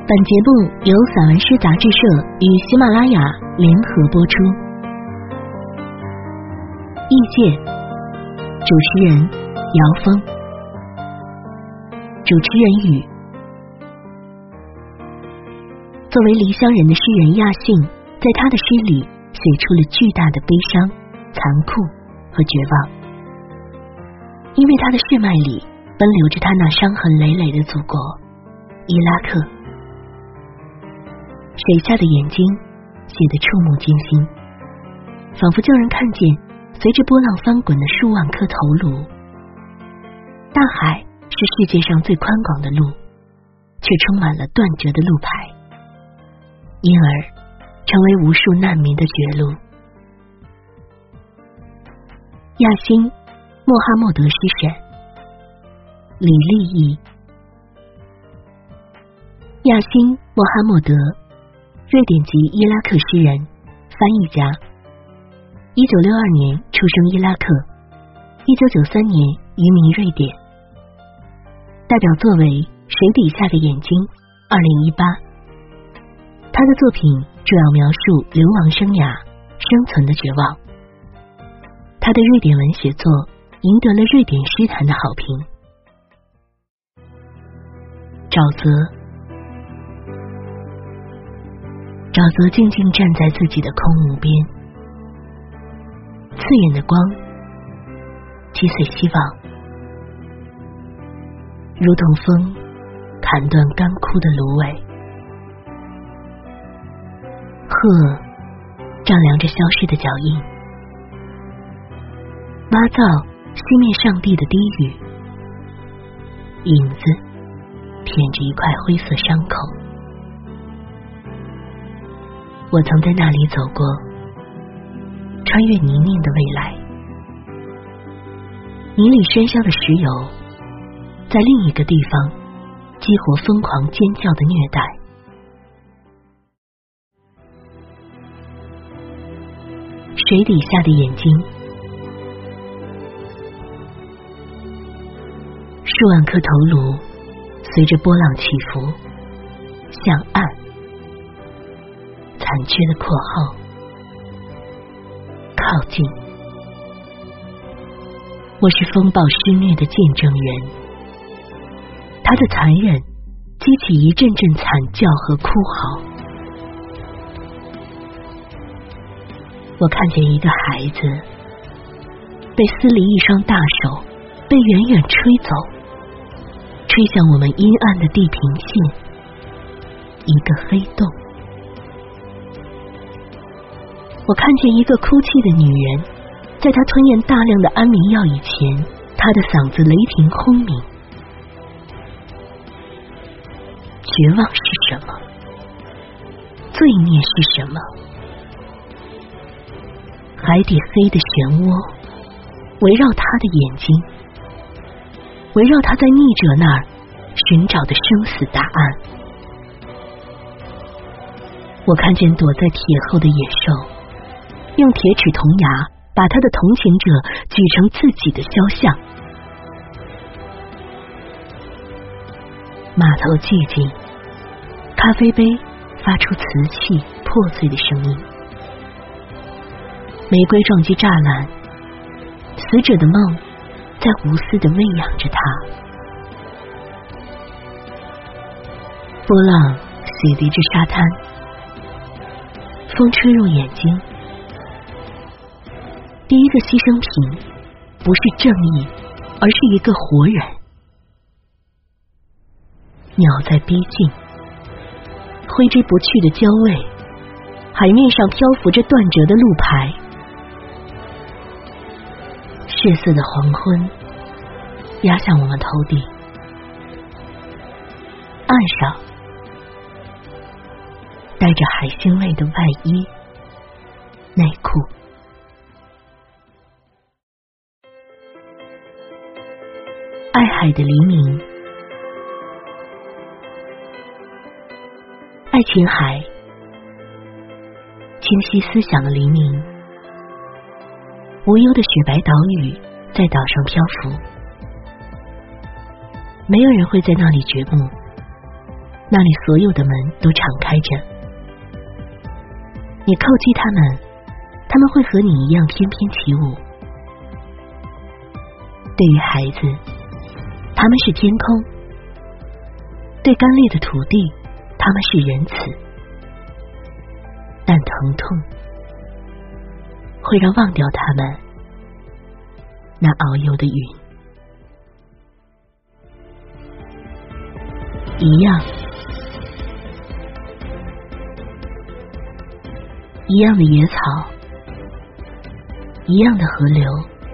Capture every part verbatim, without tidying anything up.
本节目由散文诗杂志社与喜马拉雅联合播出。意见，主持人姚峰，主持人语。作为离乡人的诗人亚信，在他的诗里写出了巨大的悲伤、残酷和绝望，因为他的血脉里奔流着他那伤痕累累的祖国伊拉克。水下的眼睛写得触目惊心，仿佛叫人看见随着波浪翻滚的数万颗头颅。大海是世界上最宽广的路，却充满了断折的路牌，因而成为无数难民的绝路。亚辛，穆罕默德诗神，李立义。亚辛·穆罕默德，瑞典籍伊拉克诗人、翻译家。一九六二年出生伊拉克，一九九三年移民瑞典。代表作为《水底下的眼睛》二零一八。他的作品主要描述流亡生涯、生存的绝望。他的瑞典文写作赢得了瑞典诗坛的好评。沼泽，沼泽静静站在自己的空无边，刺眼的光击碎希望，如同风砍断干枯的芦苇。鹤丈量着消失的脚印，挖造熄灭上帝的低语，影子舔着一块灰色伤口。我曾在那里走过，穿越泥泞的未来。泥里喧嚣的石油在另一个地方激活疯狂尖叫的虐待。水底下的眼睛，数万颗头颅随着波浪起伏向岸，残缺的括号靠近。我是风暴施虐的见证人，它的残忍激起一阵阵惨叫和哭嚎。我看见一个孩子被撕离一双大手，被远远吹走，吹向我们阴暗的地平线，一个黑洞。我看见一个哭泣的女人，在她吞咽大量的安眠药以前，她的嗓子雷霆轰鸣。绝望是什么？罪孽是什么？海底黑的漩涡围绕他的眼睛，围绕他在逆者那儿寻找的生死答案。我看见躲在铁后的野兽用铁齿铜牙把他的同情者举成自己的肖像。码头寂静，咖啡杯发出瓷器破碎的声音。玫瑰撞击栅栏，死者的梦在无私地喂养着他。波浪洗涤着沙滩，风吹入眼睛。第一个牺牲品不是正义，而是一个活人。鸟在逼近，挥之不去的焦味，海面上漂浮着断折的路牌。血色的黄昏压向我们头顶，岸上带着海腥味的外衣、内裤。爱海的黎明，爱琴海，清晰思想的黎明。无忧的雪白岛屿在岛上漂浮，没有人会在那里掘墓， 那里所有的门都敞开着。你叩击他们，他们会和你一样翩翩起舞。对于孩子，他们是天空；对干裂的土地，他们是仁慈。但疼痛会让忘掉他们那遨游的云。一样，一样的野草，一样的河流，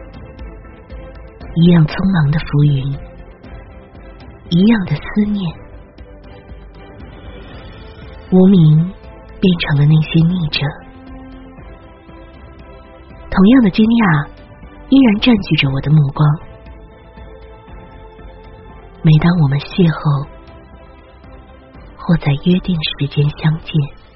一样匆忙的浮云，一样的思念。无名变成了那些逆者，同样的惊讶依然占据着我的目光。每当我们邂逅，或在约定时间相见。